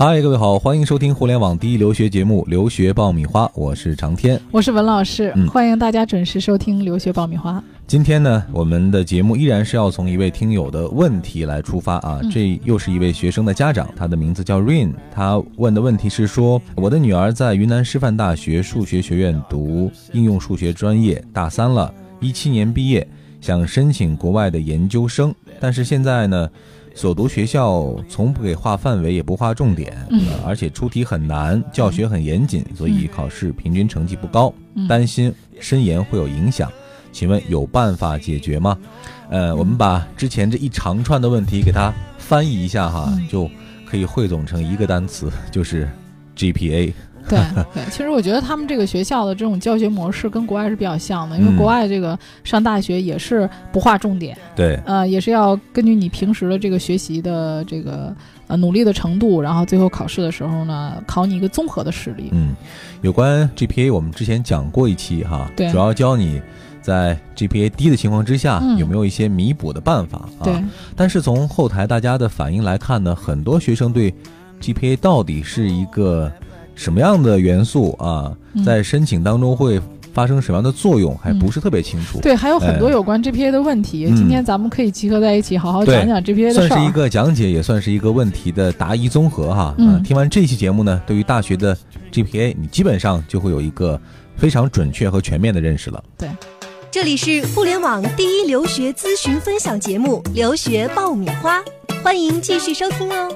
嗨，各位好，欢迎收听互联网第一留学节目《留学爆米花》，我是长天， 我是文老师，欢迎大家准时收听《留学爆米花》。 今天呢，我们的节目依然是要从一位听友的问题来出发啊，这又是一位学生的家长，他的名字叫 Rain， 他问的问题是说，我的女儿在云南师范大学数学学院读应用数学专业，大三了，17年毕业，想申请国外的研究生，但是现在呢，所读学校从不给划范围，也不划重点，而且出题很难，教学很严谨，所以考试平均成绩不高，担心申研会有影响，请问有办法解决吗？我们把之前这一长串的问题给它翻译一下哈，就可以汇总成一个单词，就是 GPA。 对，其实我觉得他们这个学校的这种教学模式跟国外是比较像的，因为国外这个上大学也是不划重点， 对， 也是要根据你平时的这个学习的这个努力的程度，然后最后考试的时候呢，考你一个综合的实力。 有关 GPA 我们之前讲过一期哈， 对， 主要教你在 GPA 低的情况之下，有没有一些弥补的办法啊？ 对， 但是从后台大家的反应来看呢，很多学生对 GPA 到底是一个什么样的元素啊，在申请当中会发生什么样的作用，还不是特别清楚。 对，还有很多有关 GPA 的问题，今天咱们可以集合在一起好好讲讲 GPA 的事儿， 算是一个讲解，也算是一个问题的答疑综合哈。听完这期节目呢，对于大学的 GPA 你基本上就会有一个非常准确和全面的认识了。 对， 这里是互联网第一留学咨询分享节目《留学爆米花》，欢迎继续收听哦。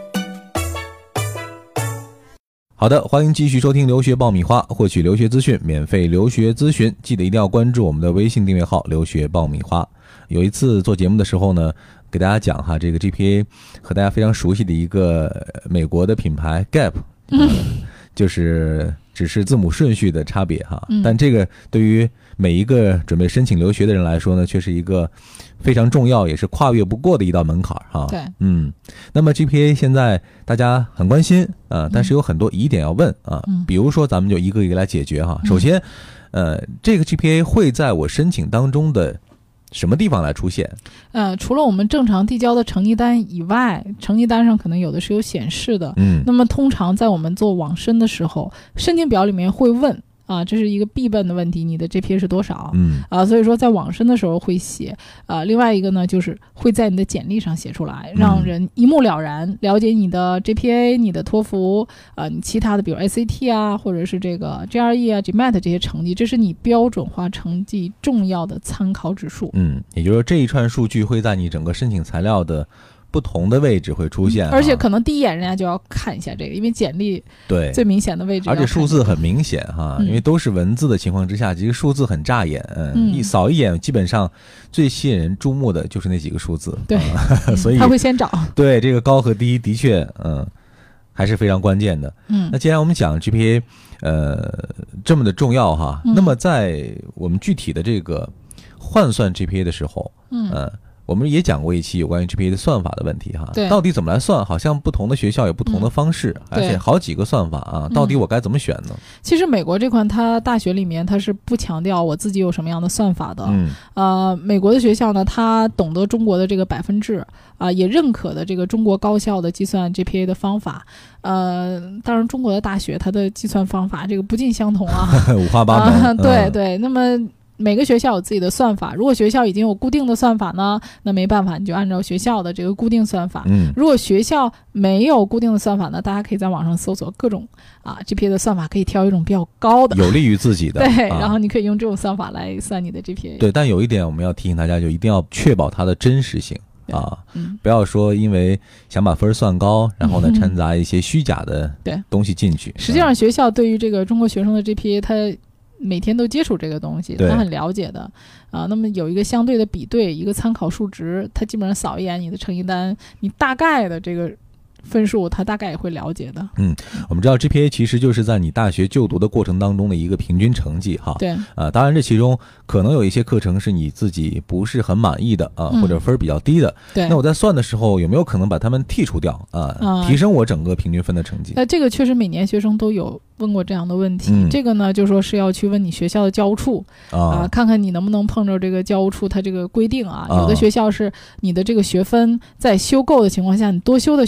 好的，欢迎继续收听留学爆米花，获取留学资讯，免费留学咨询，记得一定要关注我们的微信订阅号留学爆米花。有一次做节目的时候呢，给大家讲哈，这个 GPA 和大家非常熟悉的一个美国的品牌 Gap，就是只是字母顺序的差别哈，但这个对于每一个准备申请留学的人来说呢，却是一个非常重要也是跨越不过的一道门槛哈。 对， 那么 GPA 现在大家很关心但是有很多疑点要问啊，比如说咱们就一个一个来解决哈。首先，这个 GPA 会在我申请当中的什么地方来出现？ 除了我们正常递交的成绩单以外，成绩单上可能有的是有显示的。那么通常在我们做网申的时候，申请表里面会问这是一个必问的问题，你的 GPA 是多少？所以说在网申的时候会写。另外一个呢，就是会在你的简历上写出来，让人一目了然，了解你的 GPA、你的托福，你其他的比如 SAT 啊，或者是这个 GRE 啊、GMAT 这些成绩，这是你标准化成绩重要的参考指数。 也就是说这一串数据会在你整个申请材料的不同的位置会出现， 而且可能第一眼人家就要看一下这个，因为简历对最明显的位置， 而且数字很明显哈，因为都是文字的情况之下，其实数字很扎眼，一扫一眼，基本上最吸引人注目的就是那几个数字， 对， 所以他会先找， 对这个高和低的确还是非常关键的。那既然我们讲 GPA 这么的重要哈，那么在我们具体的这个换算 GPA 的时候，我们也讲过一期有关于 GPA 的算法的问题哈，到底怎么来算？好像不同的学校有不同的方式，而且好几个算法啊，到底我该怎么选呢？ 其实美国这款它大学里面它是不强调我自己有什么样的算法的，美国的学校呢，它懂得中国的这个百分制也认可的这个中国高校的计算 GPA 的方法，当然中国的大学它的计算方法这个不尽相同五花八门， 对，那么每个学校有自己的算法，如果学校已经有固定的算法呢，那没办法，你就按照学校的这个固定算法。如果学校没有固定的算法呢，大家可以在网上搜索各种GPA 的算法，可以挑一种比较高的， 有利于自己的。 对，然后你可以用这种算法来算你的 GPA。 对，但有一点我们要提醒大家，就一定要确保它的真实性不要说因为想把分算高，然后呢掺杂一些虚假的东西进去。 实际上学校对于这个中国学生的 GPA， 它每天都接触这个东西，他很了解的那么有一个相对的比对，一个参考数值，他基本上扫一眼你的成绩单，你大概的这个分数他大概也会了解的。 我们知道 GPA 其实就是在你大学就读的过程当中的一个平均成绩哈。 对， 当然这其中可能有一些课程是你自己不是很满意的或者分比较低的。 对， 那我在算的时候有没有可能把它们剔除掉提升我整个平均分的成绩？ 这个确实每年学生都有问过这样的问题。这个呢就说是要去问你学校的教务处看看你能不能碰着这个教务处它这个规定有的学校是你的这个学分在修够的情况下，你多修的学分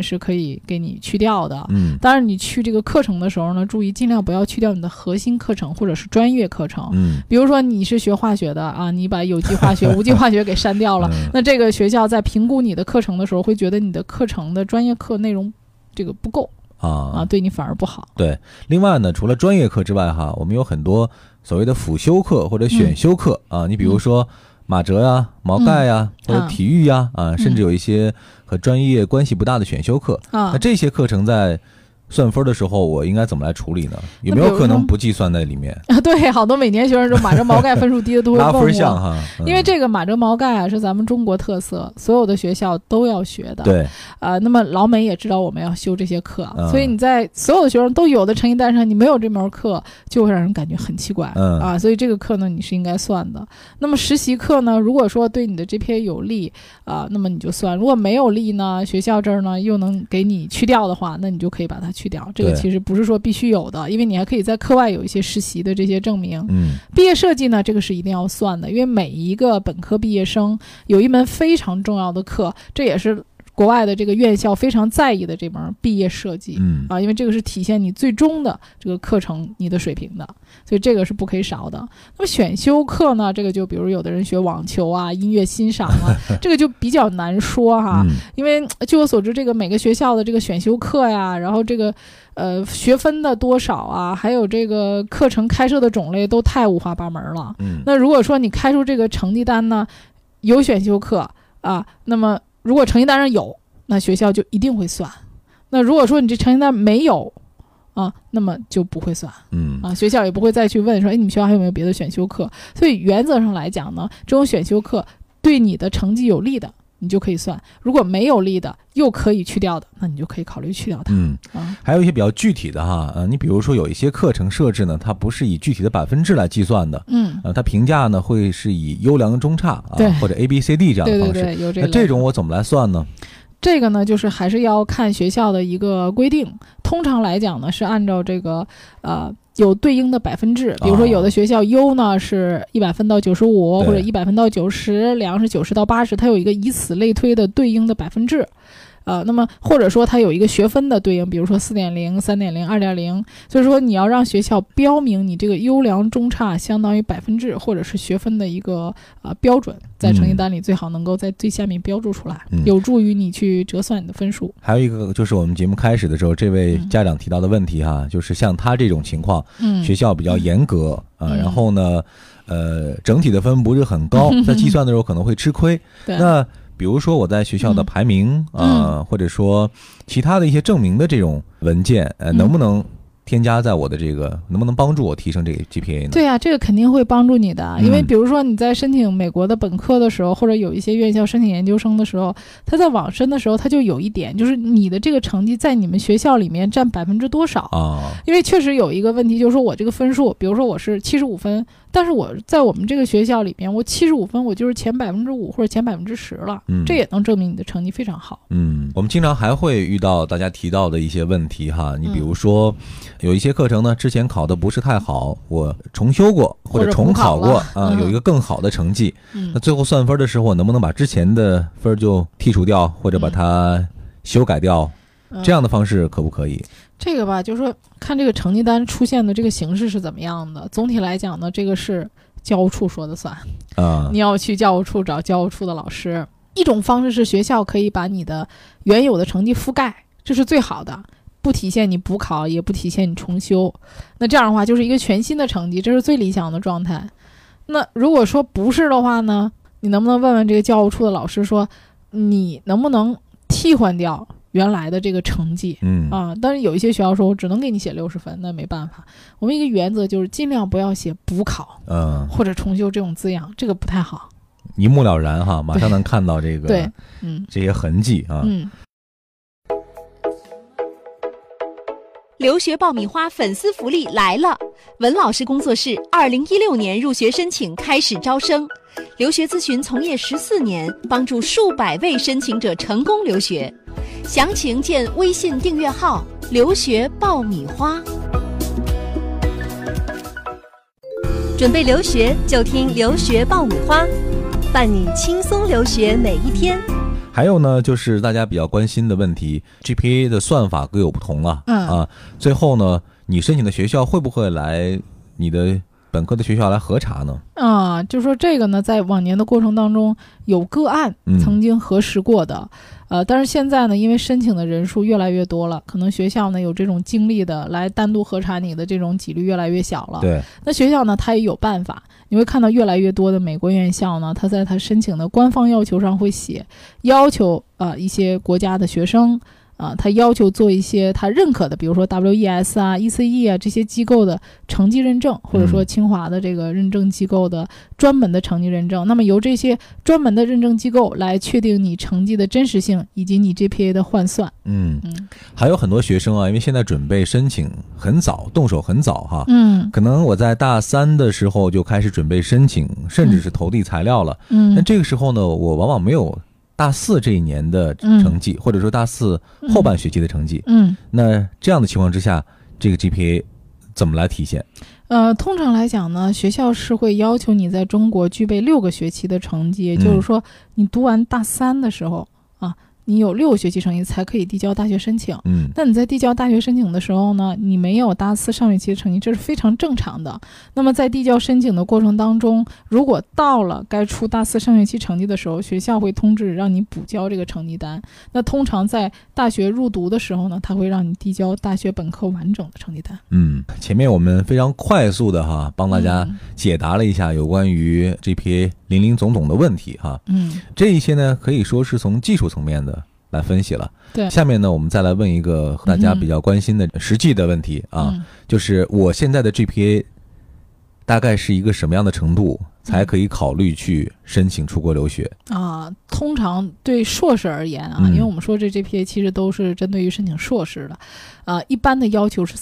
是可以给你去掉的。当然你去这个课程的时候呢，注意尽量不要去掉你的核心课程或者是专业课程。比如说你是学化学的啊，你把有机化学、无机化学给删掉了，那这个学校在评估你的课程的时候，会觉得你的课程的专业课内容这个不够对你反而不好。 对，另外呢，除了专业课之外我们有很多所谓的辅修课或者选修课你比如说马哲呀、毛概呀，或者体育呀甚至有一些和专业关系不大的选修课那这些课程在算分的时候我应该怎么来处理呢？有没有可能不计算在里面对，好多每年学生说马哲毛概分数低的都会问我拉分项因为这个马哲毛概是咱们中国特色，所有的学校都要学的。 对那么老美也知道我们要修这些课所以你在所有的学生都有的成绩单上你没有这门课，就会让人感觉很奇怪所以这个课呢你是应该算的。那么实习课呢，如果说对你的 GPA 有利那么你就算，如果没有利呢，学校这儿呢又能给你去掉的话，那你就可以把它去掉。这个其实不是说必须有的，因为你还可以在课外有一些实习的这些证明。毕业设计呢，这个是一定要算的，因为每一个本科毕业生有一门非常重要的课，这也是国外的这个院校非常在意的这门毕业设计因为这个是体现你最终的这个课程你的水平的，所以这个是不可以少的。那么选修课呢，这个就比如有的人学网球音乐欣赏这个就比较难说因为据我所知，这个每个学校的这个选修课呀，然后这个学分的多少还有这个课程开设的种类都太五花八门了那如果说你开出这个成绩单呢，有选修课那么如果成绩单上有，那学校就一定会算。那如果说你这成绩单没有那么就不会算学校也不会再去问说你们学校还有没有别的选修课。所以原则上来讲呢，这种选修课对你的成绩有利的你就可以算，如果没有利的又可以去掉的，那你就可以考虑去掉它还有一些比较具体的你比如说有一些课程设置呢，它不是以具体的百分制来计算的它评价呢会是以优良中差或者 ABCD 这样的方式。 对有那这种我怎么来算呢？ 这个呢就是还是要看学校的一个规定，通常来讲呢是按照这个有对应的百分制，比如说有的学校优呢是100分到95或者100分到90，良是90到80，它有一个以此类推的对应的百分制那么或者说它有一个学分的对应，比如说 4.0 3.0 2.0， 所以说你要让学校标明你这个优良中差相当于百分制或者是学分的一个标准，在成绩单里最好能够在最下面标注出来有助于你去折算你的分数。 还有一个就是我们节目开始的时候这位家长提到的问题就是像他这种情况学校比较严格然后呢整体的分不是很高在计算的时候可能会吃亏那比如说我在学校的排名或者说其他的一些证明的这种文件能不能添加在我的这个，能不能帮助我提升这个 GPA 呢？ 对啊，这个肯定会帮助你的，因为比如说你在申请美国的本科的时候，或者有一些院校申请研究生的时候，他在网申的时候他就有一点，就是你的这个成绩在你们学校里面占多少啊？因为确实有一个问题，就是说我这个分数，比如说我是75分，但是我在我们这个学校里面，我75分我就是前5%或者前10%了，这也能证明你的成绩非常好。 我们经常还会遇到大家提到的一些问题哈，你比如说有一些课程呢之前考的不是太好，我重修过或者重考过有一个更好的成绩，那最后算分的时候我能不能把之前的分就剔除掉，或者把它修改掉，这样的方式可不可以？ 这个吧，就是说看这个成绩单出现的这个形式是怎么样的。总体来讲呢，这个是教务处说的算你要去教务处找教务处的老师。一种方式是学校可以把你的原有的成绩覆盖，这是最好的，不体现你补考，也不体现你重修，那这样的话就是一个全新的成绩，这是最理想的状态。那如果说不是的话呢，你能不能问问这个教务处的老师说，你能不能替换掉原来的这个成绩但是有一些学校说我只能给你写60分，那没办法。我们一个原则就是尽量不要写补考或者重修这种字样，这个不太好， 一目了然哈，马上能看到这个对这些痕迹留学爆米花粉丝福利来了！文老师工作室2016年入学申请开始招生，留学咨询从业14年，帮助数百位申请者成功留学。详情见微信订阅号“留学爆米花”。准备留学就听留学爆米花，伴你轻松留学每一天。 还有呢，就是大家比较关心的问题 ，GPA 的算法各有不同了，最后呢，你申请的学校会不会来你的本科的学校来核查呢？ 就说这个呢，在往年的过程当中有个案曾经核实过的，但是现在呢，因为申请的人数越来越多了，可能学校呢有这种精力的来单独核查你的这种几率越来越小了。 对， 那学校呢，它也有办法，你会看到越来越多的美国院校呢，它在它申请的官方要求上会写，要求一些国家的学生。他要求做一些他认可的，比如说 WES 啊、ECE 啊这些机构的成绩认证，或者说清华的这个认证机构的专门的成绩认证。那么由这些专门的认证机构来确定你成绩的真实性以及你 GPA 的换算。 还有很多学生因为现在准备申请很早，动手很早哈。可能我在大3的时候就开始准备申请，甚至是投递材料了。但这个时候呢，我往往没有大4这一年的成绩，或者说大4后半学期的成绩。那这样的情况之下，这个 GPA 怎么来体现？ 通常来讲呢，学校是会要求你在中国具备6个学期的成绩，也就是说，你读完大3的时候你有6个学期成绩才可以递交大学申请。那你在递交大学申请的时候呢，你没有大4上学期的成绩，这是非常正常的。那么在递交申请的过程当中，如果到了该出大4上学期成绩的时候，学校会通知让你补交这个成绩单。那通常在大学入读的时候呢，他会让你递交大学本科完整的成绩单。 前面我们非常快速的帮大家解答了一下有关于 GPA 林林总总的问题这一些呢可以说是从技术层面的来分析了。 对， 下面呢我们再来问一个大家比较关心的实际的问题就是我现在的 GPA 大概是一个什么样的程度才可以考虑去申请出国留学通常对硕士而言因为我们说这 GPA 其实都是针对于申请硕士的一般的要求是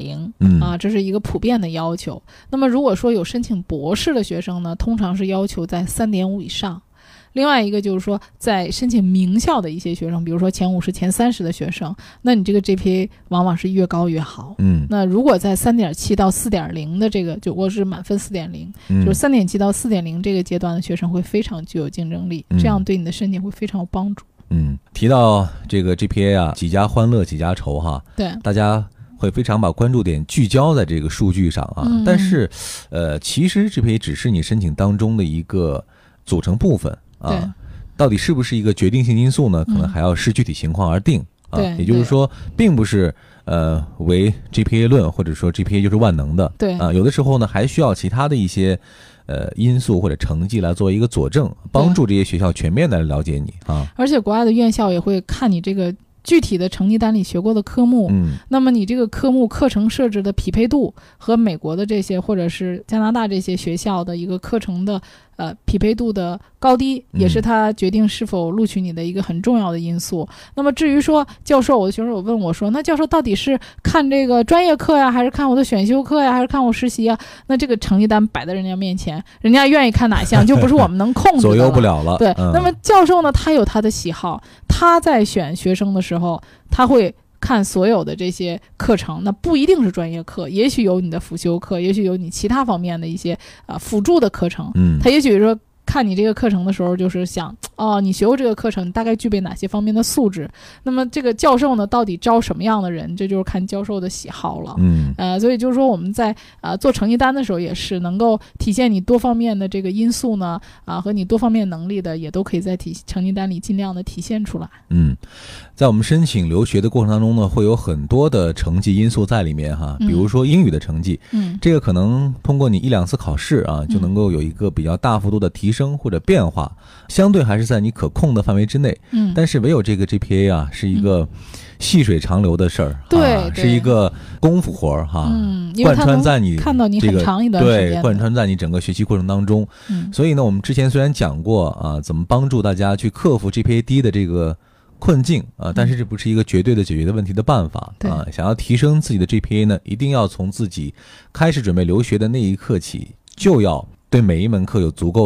3.0这是一个普遍的要求。那么如果说有申请博士的学生呢，通常是要求在 3.5 以上。另外一个就是说，在申请名校的一些学生，比如说前50、前30的学生，那你这个 GPA 往往是越高越好。那如果在 3.7 到 4.0 的这个，就我是满分 4.0，就是 3.7 到 4.0 这个阶段的学生会非常具有竞争力，这样对你的申请会非常有帮助。 提到这个 GPA 几家欢乐几家愁对， 大家会非常把关注点聚焦在这个数据上但是其实 GPA 只是你申请当中的一个组成部分到底是不是一个决定性因素呢？可能还要视具体情况而定也就是说，并不是为 GPA 论，或者说 GPA 就是万能的。 对有的时候呢，还需要其他的一些因素或者成绩来做一个佐证，帮助这些学校全面的了解你而且国外的院校也会看你这个具体的成绩单里学过的科目，那么你这个科目课程设置的匹配度和美国的这些或者是加拿大这些学校的一个课程的匹配度的高低，也是他决定是否录取你的一个很重要的因素。那么至于说教授，我的学生有问我说，那教授到底是看这个专业课呀，还是看我的选修课呀，还是看我实习呀？那这个成绩单摆在人家面前，人家愿意看哪项就不是我们能控制的左右不了了。 对，那么教授呢，他有他的喜好，他在选学生的时候，他会看所有的这些课程，那不一定是专业课，也许有你的辅修课，也许有你其他方面的一些辅助的课程。他也许说看你这个课程的时候，就是想你学过这个课程，你大概具备哪些方面的素质？那么这个教授呢，到底招什么样的人？这就是看教授的喜好了。所以就是说我们在做成绩单的时候，也是能够体现你多方面的这个因素呢和你多方面能力的，也都可以在成绩单里尽量的体现出来。 在我们申请留学的过程当中呢，会有很多的成绩因素在里面比如说英语的成绩，这个可能通过你1-2次考试就能够有一个比较大幅度的提升或者变化，相对还是在你可控的范围之内。但是唯有这个 GPA 是一个细水长流的事儿， 对， 是一个功夫活贯穿在你看到你很长一段时间， 对，贯穿在你整个学习过程当中。所以呢，我们之前虽然讲过怎么帮助大家去克服 GPA 低的这个困境但是这不是一个绝对的解决的问题的办法想要提升自己的 GPA 呢，一定要从自己开始准备留学的那一刻起，就要对每一门课有足够的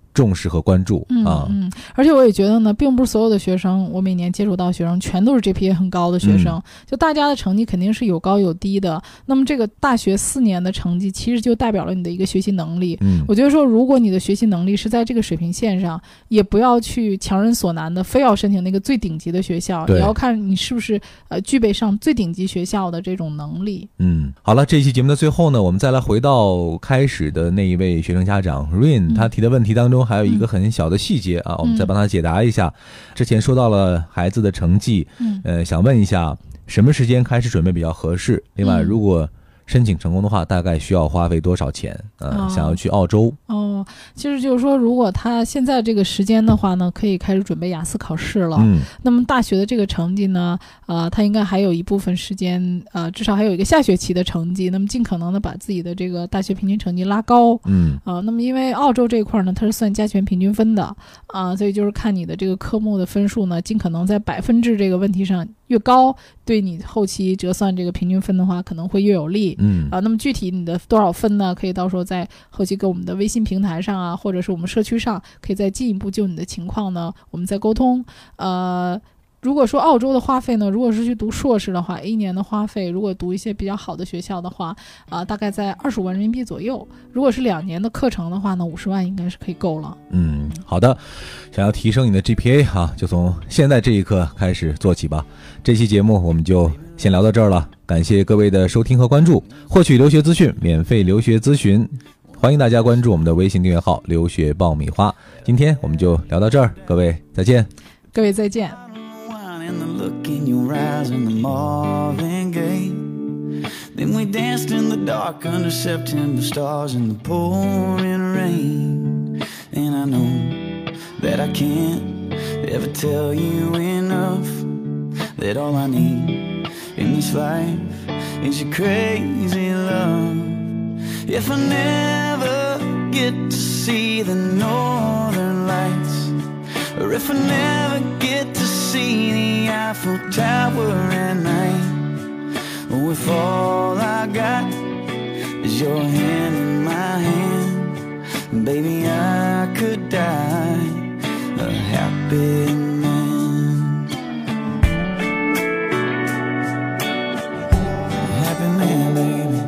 重视和关注而且我也觉得呢，并不是所有的学生，我每年接触到学生全都是 GPA 很高的学生，就大家的成绩肯定是有高有低的。那么这个大学4年的成绩其实就代表了你的一个学习能力。我觉得说，如果你的学习能力是在这个水平线上，也不要去强人所难的非要申请那个最顶级的学校，也要看你是不是具备上最顶级学校的这种能力。 好了，这一期节目的最后呢，我们再来回到开始的那一位学生家长 Rain， 他提的问题当中还有一个很小的细节我们再帮他解答一下。之前说到了孩子的成绩，想问一下什么时间开始准备比较合适？另外，如果申请成功的话，大概需要花费多少钱？想要去澳洲。 其实就是说，如果他现在这个时间的话呢，可以开始准备雅思考试了。那么大学的这个成绩呢，他应该还有一部分时间，至少还有一个下学期的成绩。那么尽可能的把自己的这个大学平均成绩拉高。那么因为澳洲这一块呢，它是算加权平均分的所以就是看你的这个科目的分数呢，尽可能在%这个问题上越高，对你后期折算这个平均分的话，可能会越有利。那么具体你的多少分呢？可以到时候在后期跟我们的微信平台上或者是我们社区上，可以再进一步就你的情况呢，我们再沟通。如果说澳洲的花费呢，如果是去读硕士的话，1年的花费，如果读一些比较好的学校的话，大概在25万人民币左右。如果是2年的课程的话呢，50万应该是可以够了。 好的，想要提升你的 GPA 就从现在这一刻开始做起吧。这期节目我们就先聊到这儿了，感谢各位的收听和关注。获取留学资讯，免费留学咨询，欢迎大家关注我们的微信订阅号留学爆米花。今天我们就聊到这儿，各位再见。 各位再见。 In your eyes and the Marvin Gaye. Then we danced in the dark under September stars in the pouring rain. And I know that I can't ever tell you enough that all I need in this life is your crazy love. If I never get to see the northern lights, or if I never get to see the Eiffel Tower at night, or if all I got is your hand in my hand, baby, I could die a happy man. A happy man, baby.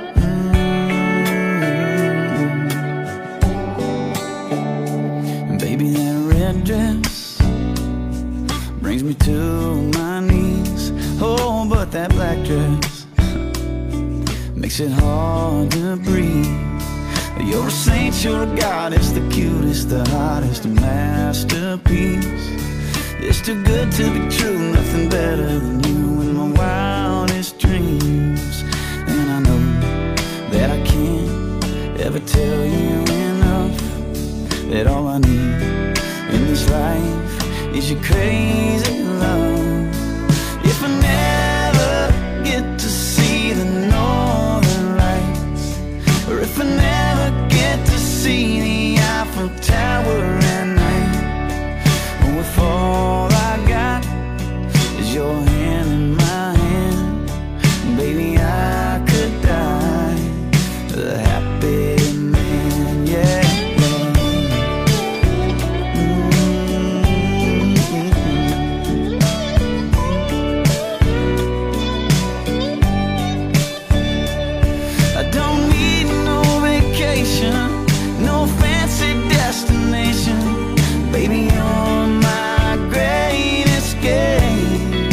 Baby, that red dress brings me to my knees. Oh, but that black dress makes it hard to breathe. You're a saint, you're a goddess, the cutest, the hottest, a masterpiece. It's too good to be true, nothing better than you in my wildest dreams. And I know that I can't ever tell you enough that all I need in this life is your crazy love. If I never get to see the northern lights, or if I never get to see the Eiffel Tower at night, or if all I got is your hand in my hand, baby, I could die a happy man, yeah. No fancy destination, baby, you're my great escape.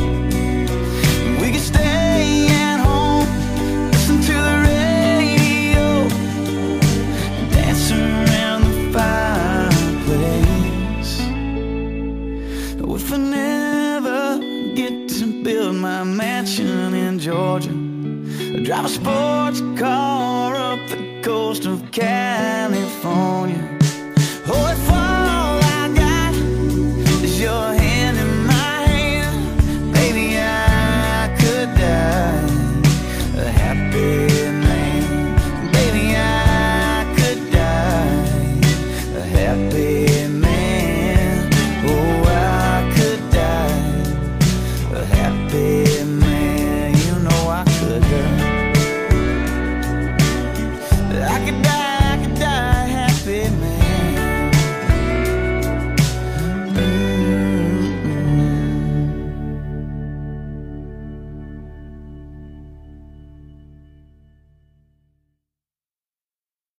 We could stay at home, listen to the radio, dance around the fireplace. If I never get to build my mansion in Georgia, drive a sports car up the coast of California, oh, if all I got is your hand in my hand, baby, I could die a happy man, baby, I could die a happy man, oh, I could die a happy man, you know I could die. I could die